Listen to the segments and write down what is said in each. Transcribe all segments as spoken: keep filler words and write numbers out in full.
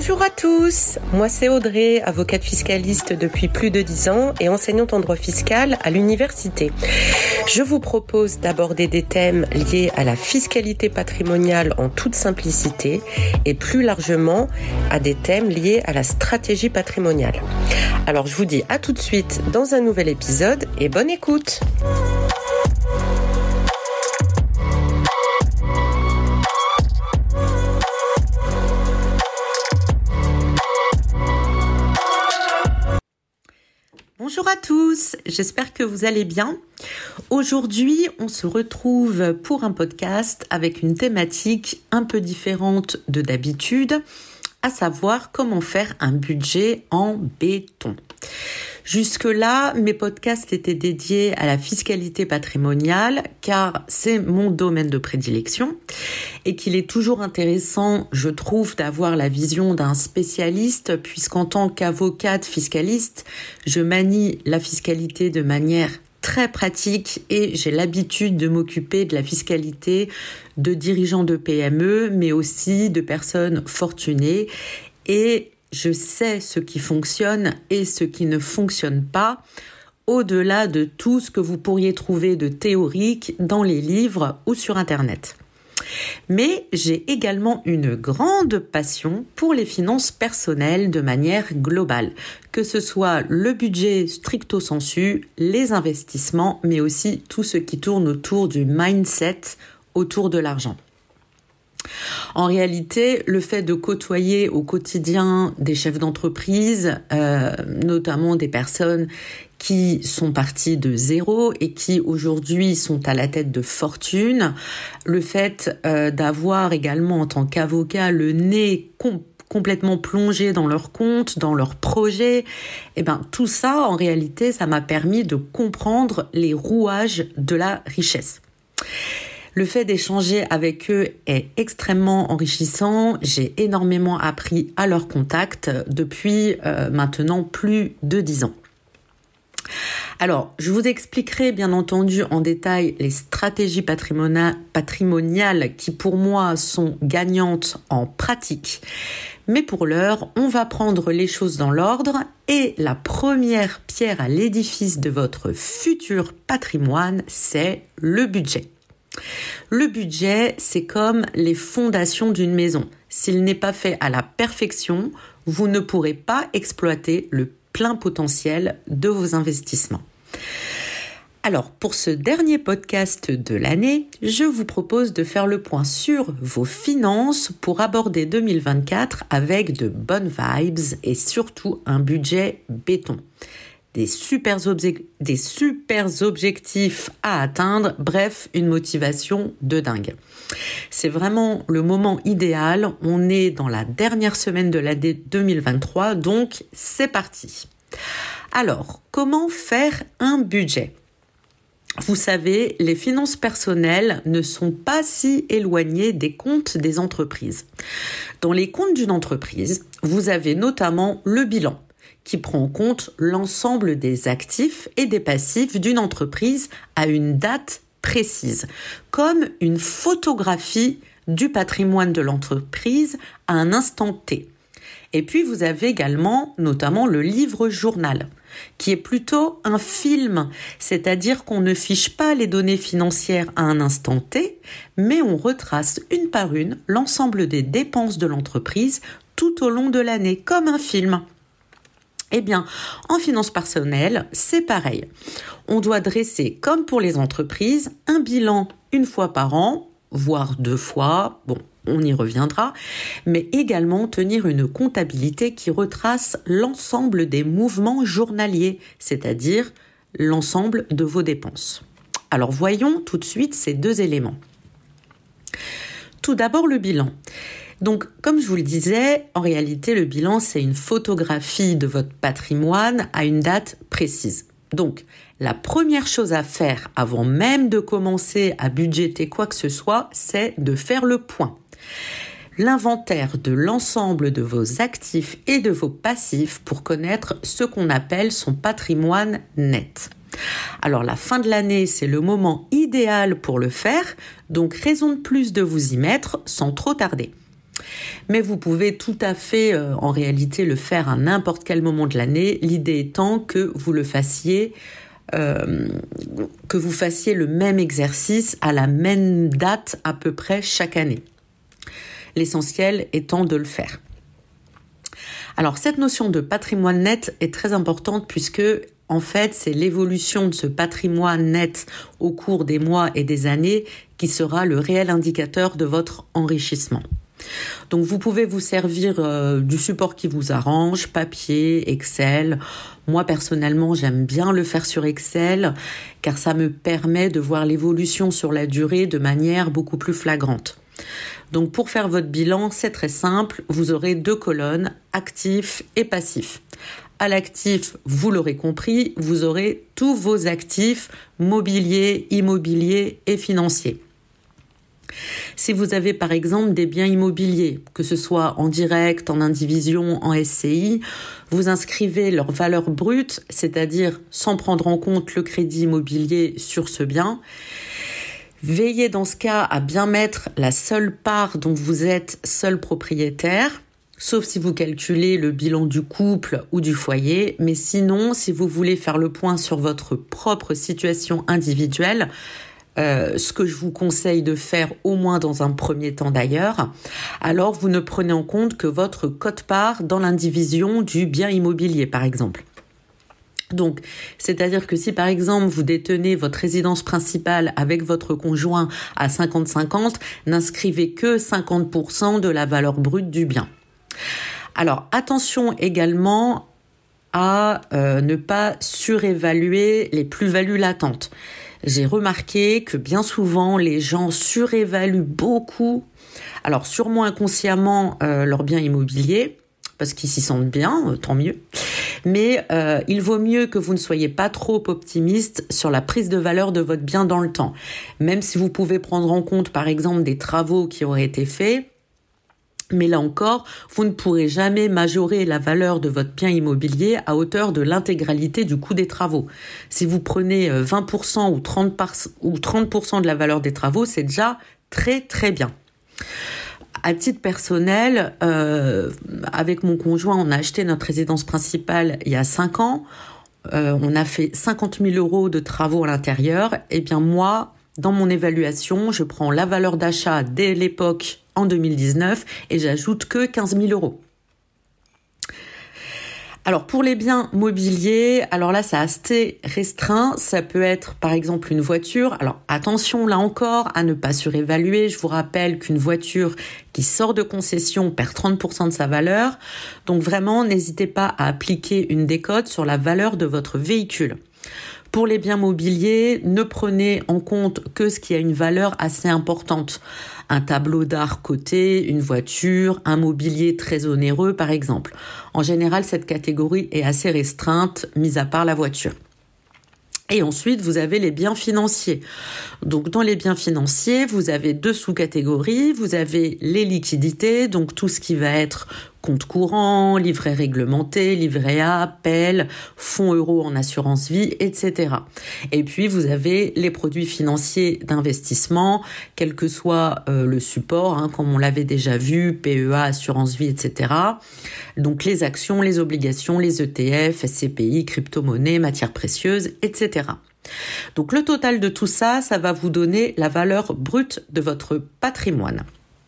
Bonjour à tous, moi c'est Audrey, avocate fiscaliste depuis plus de dix ans et enseignante en droit fiscal à l'université. Je vous propose d'aborder des thèmes liés à la fiscalité patrimoniale en toute simplicité et plus largement à des thèmes liés à la stratégie patrimoniale. Alors je vous dis à tout de suite dans un nouvel épisode et bonne écoute. Bonjour à tous, j'espère que vous allez bien. Aujourd'hui, on se retrouve pour un podcast avec une thématique un peu différente de d'habitude, à savoir comment faire un budget en béton. Jusque-là, mes podcasts étaient dédiés à la fiscalité patrimoniale car c'est mon domaine de prédilection et qu'il est toujours intéressant, je trouve, d'avoir la vision d'un spécialiste puisqu'en tant qu'avocate fiscaliste, je manie la fiscalité de manière très pratique et j'ai l'habitude de m'occuper de la fiscalité de dirigeants de P M E mais aussi de personnes fortunées et je sais ce qui fonctionne et ce qui ne fonctionne pas, au-delà de tout ce que vous pourriez trouver de théorique dans les livres ou sur Internet. Mais j'ai également une grande passion pour les finances personnelles de manière globale, que ce soit le budget stricto sensu, les investissements, mais aussi tout ce qui tourne autour du mindset, autour de l'argent. En réalité, le fait de côtoyer au quotidien des chefs d'entreprise, euh, notamment des personnes qui sont parties de zéro et qui aujourd'hui sont à la tête de fortune, le fait euh, d'avoir également en tant qu'avocat le nez com- complètement plongé dans leurs comptes, dans leurs projets, eh ben tout ça, en réalité, ça m'a permis de comprendre les rouages de la richesse. Le fait d'échanger avec eux est extrêmement enrichissant. J'ai énormément appris à leur contact depuis euh, maintenant plus de dix ans. Alors, je vous expliquerai bien entendu en détail les stratégies patrimoniales, patrimoniales qui pour moi sont gagnantes en pratique. Mais pour l'heure, on va prendre les choses dans l'ordre et la première pierre à l'édifice de votre futur patrimoine, c'est le budget. Le budget, c'est comme les fondations d'une maison. S'il n'est pas fait à la perfection, vous ne pourrez pas exploiter le plein potentiel de vos investissements. Alors, pour ce dernier podcast de l'année, je vous propose de faire le point sur vos finances pour aborder deux mille vingt-quatre avec de bonnes vibes et surtout un budget béton. Des super, obje- des super objectifs à atteindre, bref, une motivation de dingue. C'est vraiment le moment idéal, on est dans la dernière semaine de l'année deux mille vingt-trois, donc c'est parti. Alors, comment faire un budget ? Vous savez, les finances personnelles ne sont pas si éloignées des comptes des entreprises. Dans les comptes d'une entreprise, vous avez notamment le bilan, qui prend en compte l'ensemble des actifs et des passifs d'une entreprise à une date précise, comme une photographie du patrimoine de l'entreprise à un instant T. Et puis vous avez également notamment le livre-journal, qui est plutôt un film, c'est-à-dire qu'on ne fiche pas les données financières à un instant T, mais on retrace une par une l'ensemble des dépenses de l'entreprise tout au long de l'année, comme un film. Eh bien, en finances personnelles, c'est pareil. On doit dresser, comme pour les entreprises, un bilan une fois par an, voire deux fois, bon, on y reviendra, mais également tenir une comptabilité qui retrace l'ensemble des mouvements journaliers, c'est-à-dire l'ensemble de vos dépenses. Alors voyons tout de suite ces deux éléments. Tout d'abord le bilan. Donc, comme je vous le disais, en réalité, le bilan, c'est une photographie de votre patrimoine à une date précise. Donc, la première chose à faire avant même de commencer à budgéter quoi que ce soit, c'est de faire le point. L'inventaire de l'ensemble de vos actifs et de vos passifs pour connaître ce qu'on appelle son patrimoine net. Alors la fin de l'année, c'est le moment idéal pour le faire, donc raison de plus de vous y mettre sans trop tarder. Mais vous pouvez tout à fait, euh, en réalité, le faire à n'importe quel moment de l'année. L'idée étant que vous le fassiez, euh, que vous fassiez le même exercice à la même date à peu près chaque année. L'essentiel étant de le faire. Alors, cette notion de patrimoine net est très importante puisque, en fait, c'est l'évolution de ce patrimoine net au cours des mois et des années qui sera le réel indicateur de votre enrichissement. Donc, vous pouvez vous servir euh, du support qui vous arrange, papier, Excel. Moi, personnellement, j'aime bien le faire sur Excel car ça me permet de voir l'évolution sur la durée de manière beaucoup plus flagrante. Donc, pour faire votre bilan, c'est très simple. Vous aurez deux colonnes, actifs et passifs. À l'actif, vous l'aurez compris, vous aurez tous vos actifs mobiliers, immobiliers et financiers. Si vous avez par exemple des biens immobiliers, que ce soit en direct, en indivision, en S C I, vous inscrivez leur valeur brute, c'est-à-dire sans prendre en compte le crédit immobilier sur ce bien. Veillez dans ce cas à bien mettre la seule part dont vous êtes seul propriétaire, sauf si vous calculez le bilan du couple ou du foyer, mais sinon, si vous voulez faire le point sur votre propre situation individuelle, euh, ce que je vous conseille de faire au moins dans un premier temps d'ailleurs, alors vous ne prenez en compte que votre quote-part dans l'indivision du bien immobilier par exemple. Donc, c'est-à-dire que si par exemple vous détenez votre résidence principale avec votre conjoint à cinquante cinquante, n'inscrivez que cinquante pour cent de la valeur brute du bien. Alors, attention également à euh, ne pas surévaluer les plus-values latentes. J'ai remarqué que bien souvent, les gens surévaluent beaucoup, alors sûrement inconsciemment, euh, leurs biens immobiliers, parce qu'ils s'y sentent bien, euh, tant mieux. Mais euh, il vaut mieux que vous ne soyez pas trop optimiste sur la prise de valeur de votre bien dans le temps. Même si vous pouvez prendre en compte, par exemple, des travaux qui auraient été faits, mais là encore, vous ne pourrez jamais majorer la valeur de votre bien immobilier à hauteur de l'intégralité du coût des travaux. Si vous prenez vingt pour cent ou trente pour cent de la valeur des travaux, c'est déjà très très bien. À titre personnel, euh, avec mon conjoint, on a acheté notre résidence principale il y a cinq ans. Euh, on a fait cinquante mille euros de travaux à l'intérieur. Eh bien moi, dans mon évaluation, je prends la valeur d'achat dès l'époque en deux mille dix-neuf et j'ajoute que quinze mille euros. Alors pour les biens mobiliers, alors là c'est assez restreint, ça peut être par exemple une voiture. Alors attention là encore à ne pas surévaluer, je vous rappelle qu'une voiture qui sort de concession perd trente pour cent de sa valeur, donc vraiment n'hésitez pas à appliquer une décote sur la valeur de votre véhicule. Pour les biens mobiliers, ne prenez en compte que ce qui a une valeur assez importante. Un tableau d'art coté, une voiture, un mobilier très onéreux par exemple. En général, cette catégorie est assez restreinte, mis à part la voiture. Et ensuite, vous avez les biens financiers. Donc, dans les biens financiers, vous avez deux sous-catégories. Vous avez les liquidités, donc tout ce qui va être compte courant, livret réglementé, livret A, P E L, fonds euros en assurance vie, et cetera. Et puis, vous avez les produits financiers d'investissement, quel que soit euh, le support, hein, comme on l'avait déjà vu, P E A, assurance vie, et cetera. Donc, les actions, les obligations, les E T F, S C P I, crypto-monnaies, matières précieuses, et cetera. Donc, le total de tout ça, ça va vous donner la valeur brute de votre patrimoine.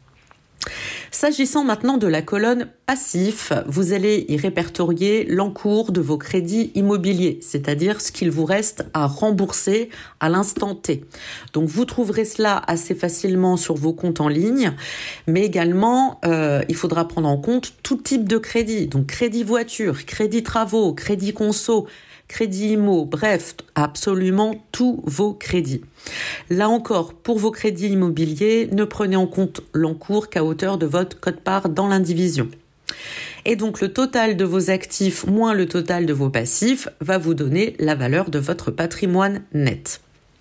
S'agissant maintenant de la colonne passif, vous allez y répertorier l'encours de vos crédits immobiliers, c'est-à-dire ce qu'il vous reste à rembourser à l'instant T. Donc vous trouverez cela assez facilement sur vos comptes en ligne, mais également euh, il faudra prendre en compte tout type de crédit, donc crédit voiture, crédit travaux, crédit conso, crédit immo, bref, absolument tous vos crédits. Là encore, pour vos crédits immobiliers, ne prenez en compte l'encours qu'à hauteur de votre quote-part dans l'indivision. Et donc, le total de vos actifs moins le total de vos passifs va vous donner la valeur de votre patrimoine net.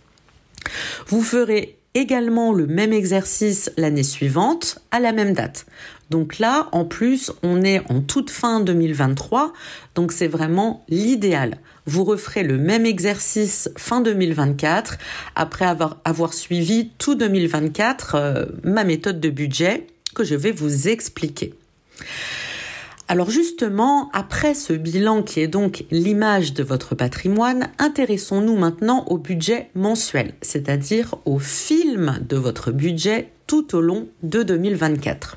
Vous ferez également le même exercice l'année suivante à la même date. Donc là, en plus, on est en toute fin deux mille vingt-trois, donc c'est vraiment l'idéal. Vous referez le même exercice fin deux mille vingt-quatre, après avoir, avoir suivi tout deux mille vingt-quatre, euh, ma méthode de budget, que je vais vous expliquer. Alors justement, après ce bilan qui est donc l'image de votre patrimoine, intéressons-nous maintenant au budget mensuel, c'est-à-dire au film de votre budget tout au long de deux mille vingt-quatre.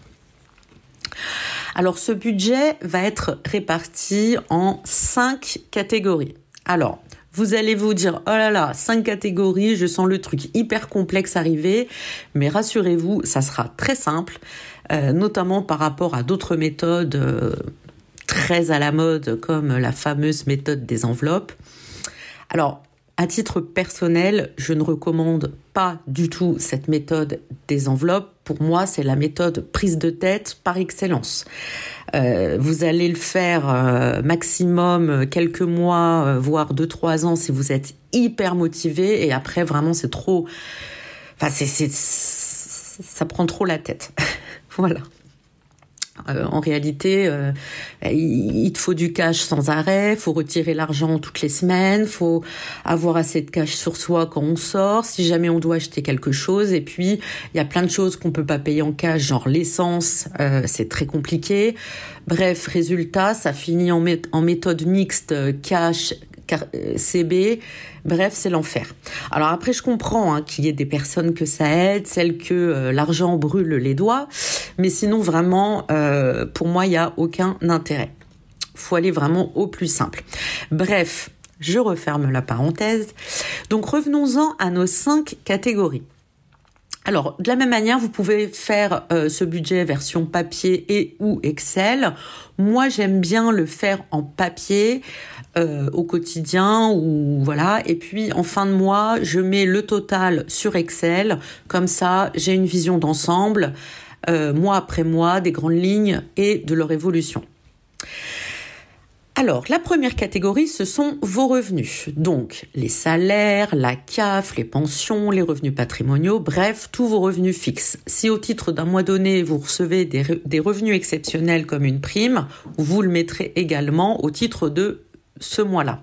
Alors ce budget va être réparti en cinq catégories. Alors, vous allez vous dire, oh là là, cinq catégories, je sens le truc hyper complexe arriver, mais rassurez-vous, ça sera très simple, euh, notamment par rapport à d'autres méthodes euh, très à la mode, comme la fameuse méthode des enveloppes. Alors, à titre personnel, je ne recommande pas du tout cette méthode des enveloppes. Pour moi, c'est la méthode prise de tête par excellence. Euh, vous allez le faire euh, maximum quelques mois, euh, voire deux, trois ans si vous êtes hyper motivé. Et après, vraiment, c'est trop... Enfin, c'est, c'est, ça prend trop la tête. Voilà. Euh, en réalité, euh, il, il te faut du cash sans arrêt, faut retirer l'argent toutes les semaines, faut avoir assez de cash sur soi quand on sort, si jamais on doit acheter quelque chose. Et puis, il y a plein de choses qu'on peut pas payer en cash, genre l'essence, euh, c'est très compliqué. Bref, résultat, ça finit en, mé- en méthode mixte cash, C B, bref, c'est l'enfer. Alors après, je comprends hein, qu'il y ait des personnes que ça aide, celles que euh, l'argent brûle les doigts, mais sinon vraiment, euh, pour moi, il n'y a aucun intérêt. Faut aller vraiment au plus simple. Bref, je referme la parenthèse. Donc revenons-en à nos cinq catégories. Alors, de la même manière, vous pouvez faire euh, ce budget version papier et ou Excel. Moi, j'aime bien le faire en papier euh, au quotidien ou voilà. Et puis, en fin de mois, je mets le total sur Excel. Comme ça, j'ai une vision d'ensemble, euh, mois après mois, des grandes lignes et de leur évolution. Alors, la première catégorie, ce sont vos revenus. Donc, les salaires, la C A F, les pensions, les revenus patrimoniaux, bref, tous vos revenus fixes. Si au titre d'un mois donné, vous recevez des, re- des revenus exceptionnels comme une prime, vous le mettrez également au titre de ce mois-là.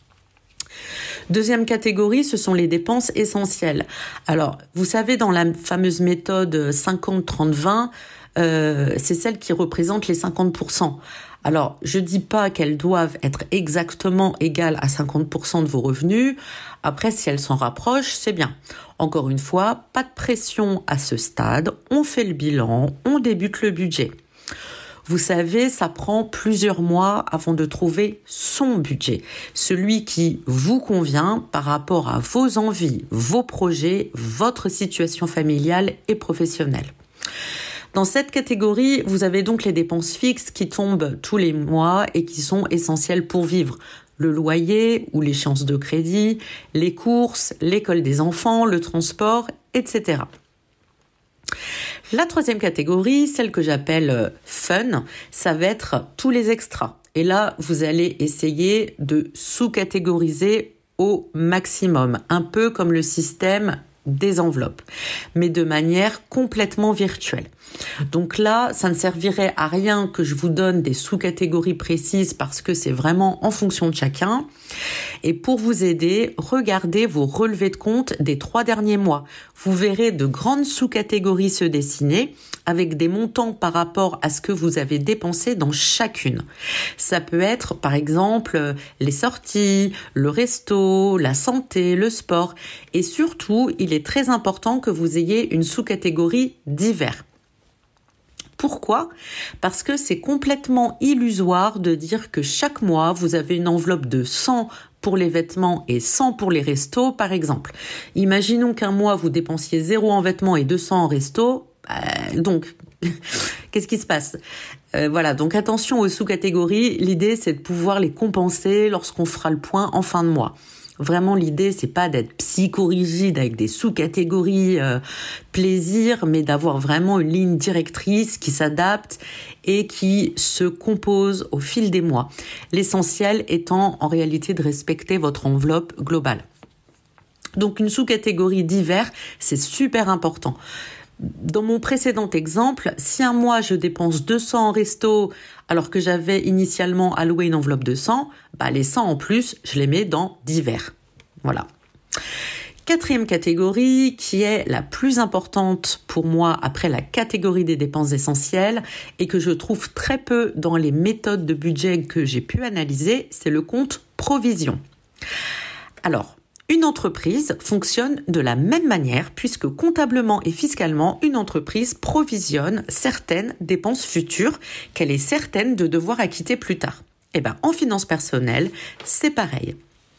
Deuxième catégorie, ce sont les dépenses essentielles. Alors, vous savez, dans la fameuse méthode cinquante trente vingt, euh, c'est celle qui représente les cinquante pour cent. Alors, je dis pas qu'elles doivent être exactement égales à cinquante pour cent de vos revenus. Après, si elles s'en rapprochent, c'est bien. Encore une fois, pas de pression à ce stade. On fait le bilan, on débute le budget. Vous savez, ça prend plusieurs mois avant de trouver son budget, celui qui vous convient par rapport à vos envies, vos projets, votre situation familiale et professionnelle. Dans cette catégorie, vous avez donc les dépenses fixes qui tombent tous les mois et qui sont essentielles pour vivre. Le loyer ou l'échéance de crédit, les courses, l'école des enfants, le transport, et cetera. La troisième catégorie, celle que j'appelle fun, ça va être tous les extras. Et là, vous allez essayer de sous-catégoriser au maximum, un peu comme le système des enveloppes, mais de manière complètement virtuelle. Donc là, ça ne servirait à rien que je vous donne des sous-catégories précises parce que c'est vraiment en fonction de chacun. Et pour vous aider, regardez vos relevés de compte des trois derniers mois. Vous verrez de grandes sous-catégories se dessiner avec des montants par rapport à ce que vous avez dépensé dans chacune. Ça peut être, par exemple, les sorties, le resto, la santé, le sport. Et surtout, il est très important que vous ayez une sous-catégorie divers. Pourquoi ? Parce que c'est complètement illusoire de dire que chaque mois, vous avez une enveloppe de cent pour les vêtements et cent pour les restos, par exemple. Imaginons qu'un mois, vous dépensiez zéro en vêtements et deux cents en resto. Euh, donc, qu'est-ce qui se passe ? euh, Voilà, donc attention aux sous-catégories. L'idée, c'est de pouvoir les compenser lorsqu'on fera le point en fin de mois. Vraiment, l'idée, c'est pas d'être psychorigide avec des sous-catégories euh, plaisir, mais d'avoir vraiment une ligne directrice qui s'adapte et qui se compose au fil des mois. L'essentiel étant en réalité de respecter votre enveloppe globale. Donc, une sous-catégorie divers, c'est super important. Dans mon précédent exemple, si un mois je dépense deux cents en resto alors que j'avais initialement alloué une enveloppe de cent, bah les cent en plus, je les mets dans divers. Voilà. Quatrième catégorie, qui est la plus importante pour moi après la catégorie des dépenses essentielles et que je trouve très peu dans les méthodes de budget que j'ai pu analyser, c'est le compte provision. Alors, une entreprise fonctionne de la même manière puisque comptablement et fiscalement, une entreprise provisionne certaines dépenses futures qu'elle est certaine de devoir acquitter plus tard. Et bien, en finances personnelles, c'est pareil.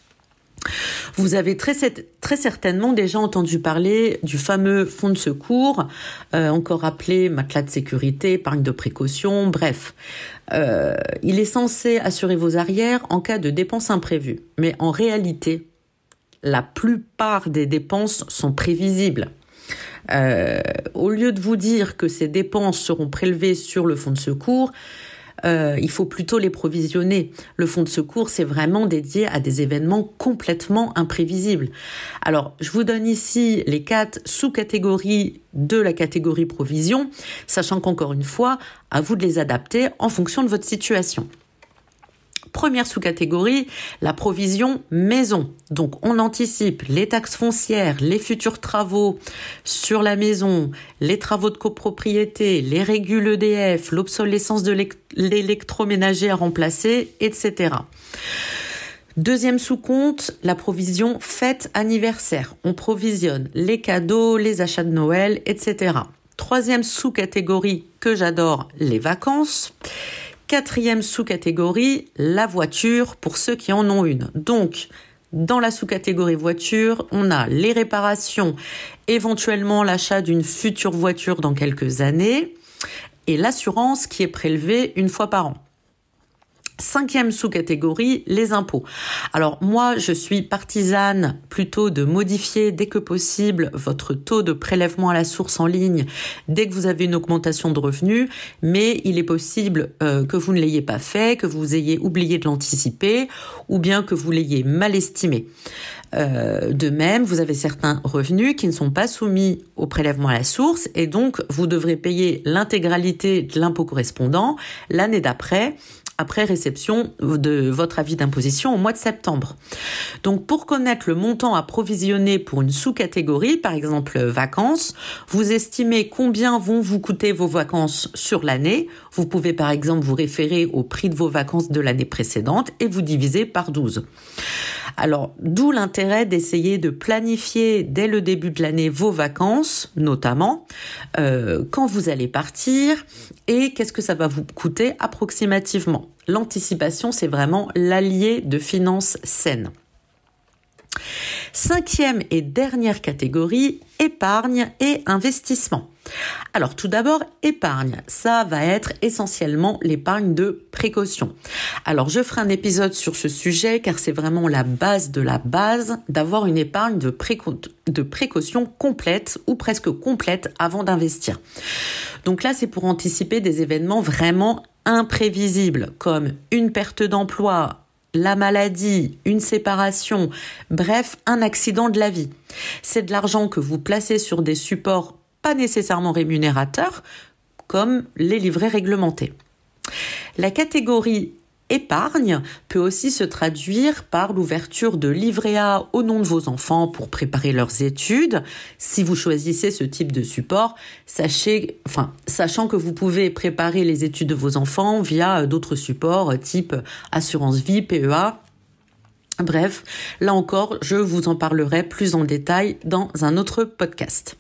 Vous avez très, très certainement déjà entendu parler du fameux fonds de secours, euh, encore appelé matelas de sécurité, épargne de précaution, bref. Euh, il est censé assurer vos arrières en cas de dépenses imprévues. Mais en réalité, la plupart des dépenses sont prévisibles. Euh, au lieu de vous dire que ces dépenses seront prélevées sur le fonds de secours, Euh, il faut plutôt les provisionner. Le fonds de secours, c'est vraiment dédié à des événements complètement imprévisibles. Alors, je vous donne ici les quatre sous-catégories de la catégorie provision, sachant qu'encore une fois, à vous de les adapter en fonction de votre situation. Première sous-catégorie, la provision maison. Donc, on anticipe les taxes foncières, les futurs travaux sur la maison, les travaux de copropriété, les régules E D F, l'obsolescence de l'électroménager à remplacer, et cetera. Deuxième sous-compte, la provision fête anniversaire. On provisionne les cadeaux, les achats de Noël, et cetera. Troisième sous-catégorie que j'adore, les vacances. Quatrième sous-catégorie, la voiture pour ceux qui en ont une. Donc, dans la sous-catégorie voiture, on a les réparations, éventuellement l'achat d'une future voiture dans quelques années et l'assurance qui est prélevée une fois par an. Cinquième sous-catégorie, les impôts. Alors moi, je suis partisane plutôt de modifier dès que possible votre taux de prélèvement à la source en ligne dès que vous avez une augmentation de revenus, mais il est possible euh, que vous ne l'ayez pas fait, que vous ayez oublié de l'anticiper ou bien que vous l'ayez mal estimé. Euh, de même, vous avez certains revenus qui ne sont pas soumis au prélèvement à la source et donc vous devrez payer l'intégralité de l'impôt correspondant l'année d'après, après réception de votre avis d'imposition au mois de septembre. Donc, pour connaître le montant à provisionner pour une sous-catégorie, par exemple vacances, vous estimez combien vont vous coûter vos vacances sur l'année. Vous pouvez par exemple vous référer au prix de vos vacances de l'année précédente et vous diviser par douze. Alors, d'où l'intérêt d'essayer de planifier dès le début de l'année vos vacances, notamment, euh, quand vous allez partir et qu'est-ce que ça va vous coûter approximativement. L'anticipation, c'est vraiment l'allié de finances saines. Cinquième et dernière catégorie, épargne et investissement. Alors tout d'abord, épargne, ça va être essentiellement l'épargne de précaution. Alors je ferai un épisode sur ce sujet car c'est vraiment la base de la base d'avoir une épargne de, préco- de précaution complète ou presque complète avant d'investir. Donc là, c'est pour anticiper des événements vraiment imprévisibles comme une perte d'emploi, la maladie, une séparation, bref, un accident de la vie. C'est de l'argent que vous placez sur des supports pas nécessairement rémunérateurs, comme les livrets réglementés. La catégorie épargne peut aussi se traduire par l'ouverture de livrets A au nom de vos enfants pour préparer leurs études. Si vous choisissez ce type de support, sachez, enfin, sachant que vous pouvez préparer les études de vos enfants via d'autres supports type assurance vie, P E A. Bref, là encore, je vous en parlerai plus en détail dans un autre podcast.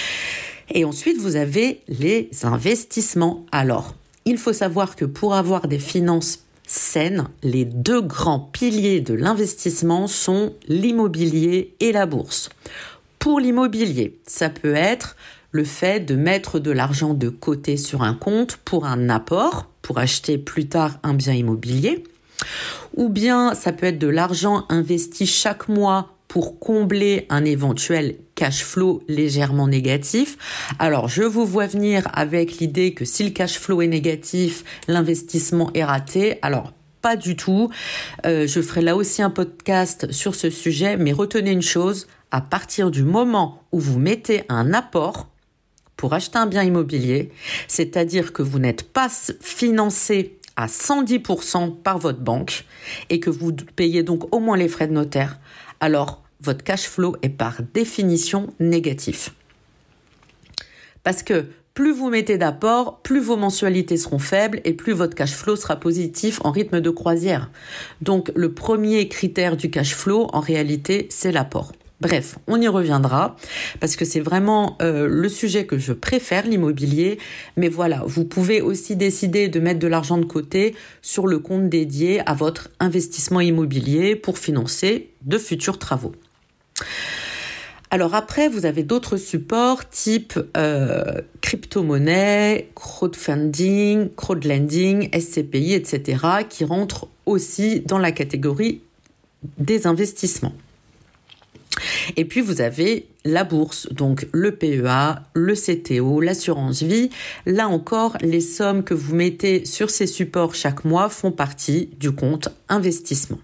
Et ensuite, vous avez les investissements. Alors, il faut savoir que pour avoir des finances saines, les deux grands piliers de l'investissement sont l'immobilier et la bourse. Pour l'immobilier, ça peut être le fait de mettre de l'argent de côté sur un compte pour un apport, pour acheter plus tard un bien immobilier. Ou bien ça peut être de l'argent investi chaque mois pour combler un éventuel cash flow légèrement négatif. Alors, je vous vois venir avec l'idée que si le cash flow est négatif, l'investissement est raté. Alors, pas du tout. Euh, je ferai là aussi un podcast sur ce sujet, mais retenez une chose, à partir du moment où vous mettez un apport pour acheter un bien immobilier, c'est-à-dire que vous n'êtes pas financé à cent dix pour cent par votre banque et que vous payez donc au moins les frais de notaire, alors votre cash flow est par définition négatif. Parce que plus vous mettez d'apport, plus vos mensualités seront faibles et plus votre cash flow sera positif en rythme de croisière. Donc le premier critère du cash flow, en réalité, c'est l'apport. Bref, on y reviendra parce que c'est vraiment euh, le sujet que je préfère, l'immobilier. Mais voilà, vous pouvez aussi décider de mettre de l'argent de côté sur le compte dédié à votre investissement immobilier pour financer de futurs travaux. Alors après, vous avez d'autres supports type euh, crypto-monnaie, crowdfunding, crowdlending, S C P I, et cetera qui rentrent aussi dans la catégorie des investissements. Et puis vous avez la bourse, donc le P E A, le C T O, l'assurance vie. Là encore, les sommes que vous mettez sur ces supports chaque mois font partie du compte investissement.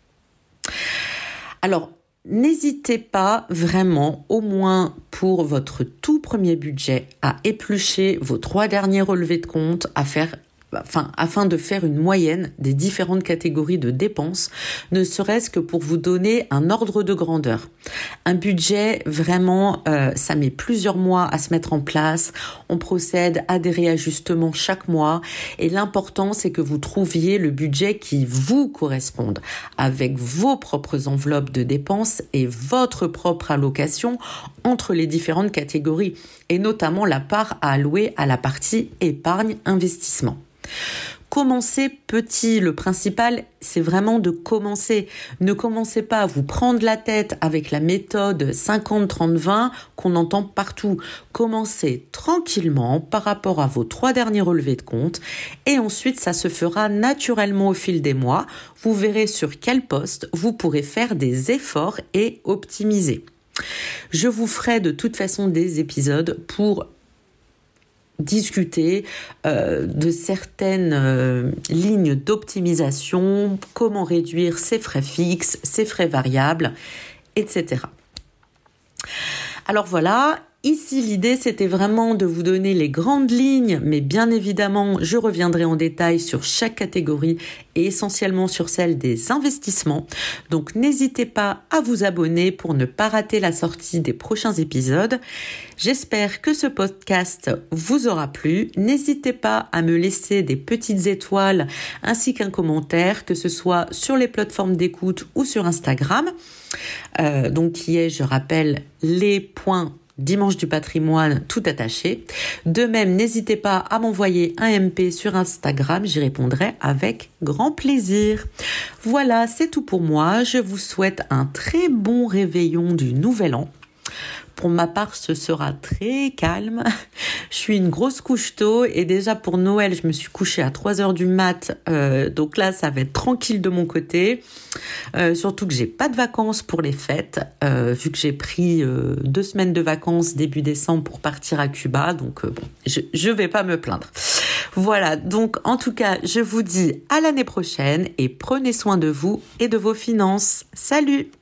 Alors, n'hésitez pas vraiment, au moins pour votre tout premier budget, à éplucher vos trois derniers relevés de compte, à faire, enfin, afin de faire une moyenne des différentes catégories de dépenses, ne serait-ce que pour vous donner un ordre de grandeur. Un budget, vraiment, euh, ça met plusieurs mois à se mettre en place. On procède à des réajustements chaque mois. Et l'important, c'est que vous trouviez le budget qui vous corresponde, avec vos propres enveloppes de dépenses et votre propre allocation entre les différentes catégories, et notamment la part à allouer à la partie épargne-investissement. Commencez petit. Le principal, c'est vraiment de commencer. Ne commencez pas à vous prendre la tête avec la méthode cinquante trente vingt qu'on entend partout. Commencez tranquillement par rapport à vos trois derniers relevés de compte et ensuite ça se fera naturellement au fil des mois. Vous verrez sur quel poste vous pourrez faire des efforts et optimiser. Je vous ferai de toute façon des épisodes pour discuter euh, de certaines euh, lignes d'optimisation, comment réduire ses frais fixes, ses frais variables, et cetera. Alors voilà, ici l'idée c'était vraiment de vous donner les grandes lignes, mais bien évidemment je reviendrai en détail sur chaque catégorie et essentiellement sur celle des investissements. Donc n'hésitez pas à vous abonner pour ne pas rater la sortie des prochains épisodes. J'espère que ce podcast vous aura plu. N'hésitez pas à me laisser des petites étoiles ainsi qu'un commentaire, que ce soit sur les plateformes d'écoute ou sur Instagram, euh, donc qui est, je rappelle, les points Dimanche du patrimoine tout attaché. De même, n'hésitez pas à m'envoyer un M P sur Instagram, j'y répondrai avec grand plaisir. Voilà, c'est tout pour moi. Je vous souhaite un très bon réveillon du Nouvel An. Pour ma part, ce sera très calme. Je suis une grosse couche tôt et déjà pour Noël, je me suis couchée à trois heures du mat. Euh, donc là, ça va être tranquille de mon côté. Euh, surtout que j'ai pas de vacances pour les fêtes, euh, vu que j'ai pris euh, deux semaines de vacances début décembre pour partir à Cuba. Donc euh, bon, je, je vais pas me plaindre. Voilà, donc en tout cas, je vous dis à l'année prochaine et prenez soin de vous et de vos finances. Salut!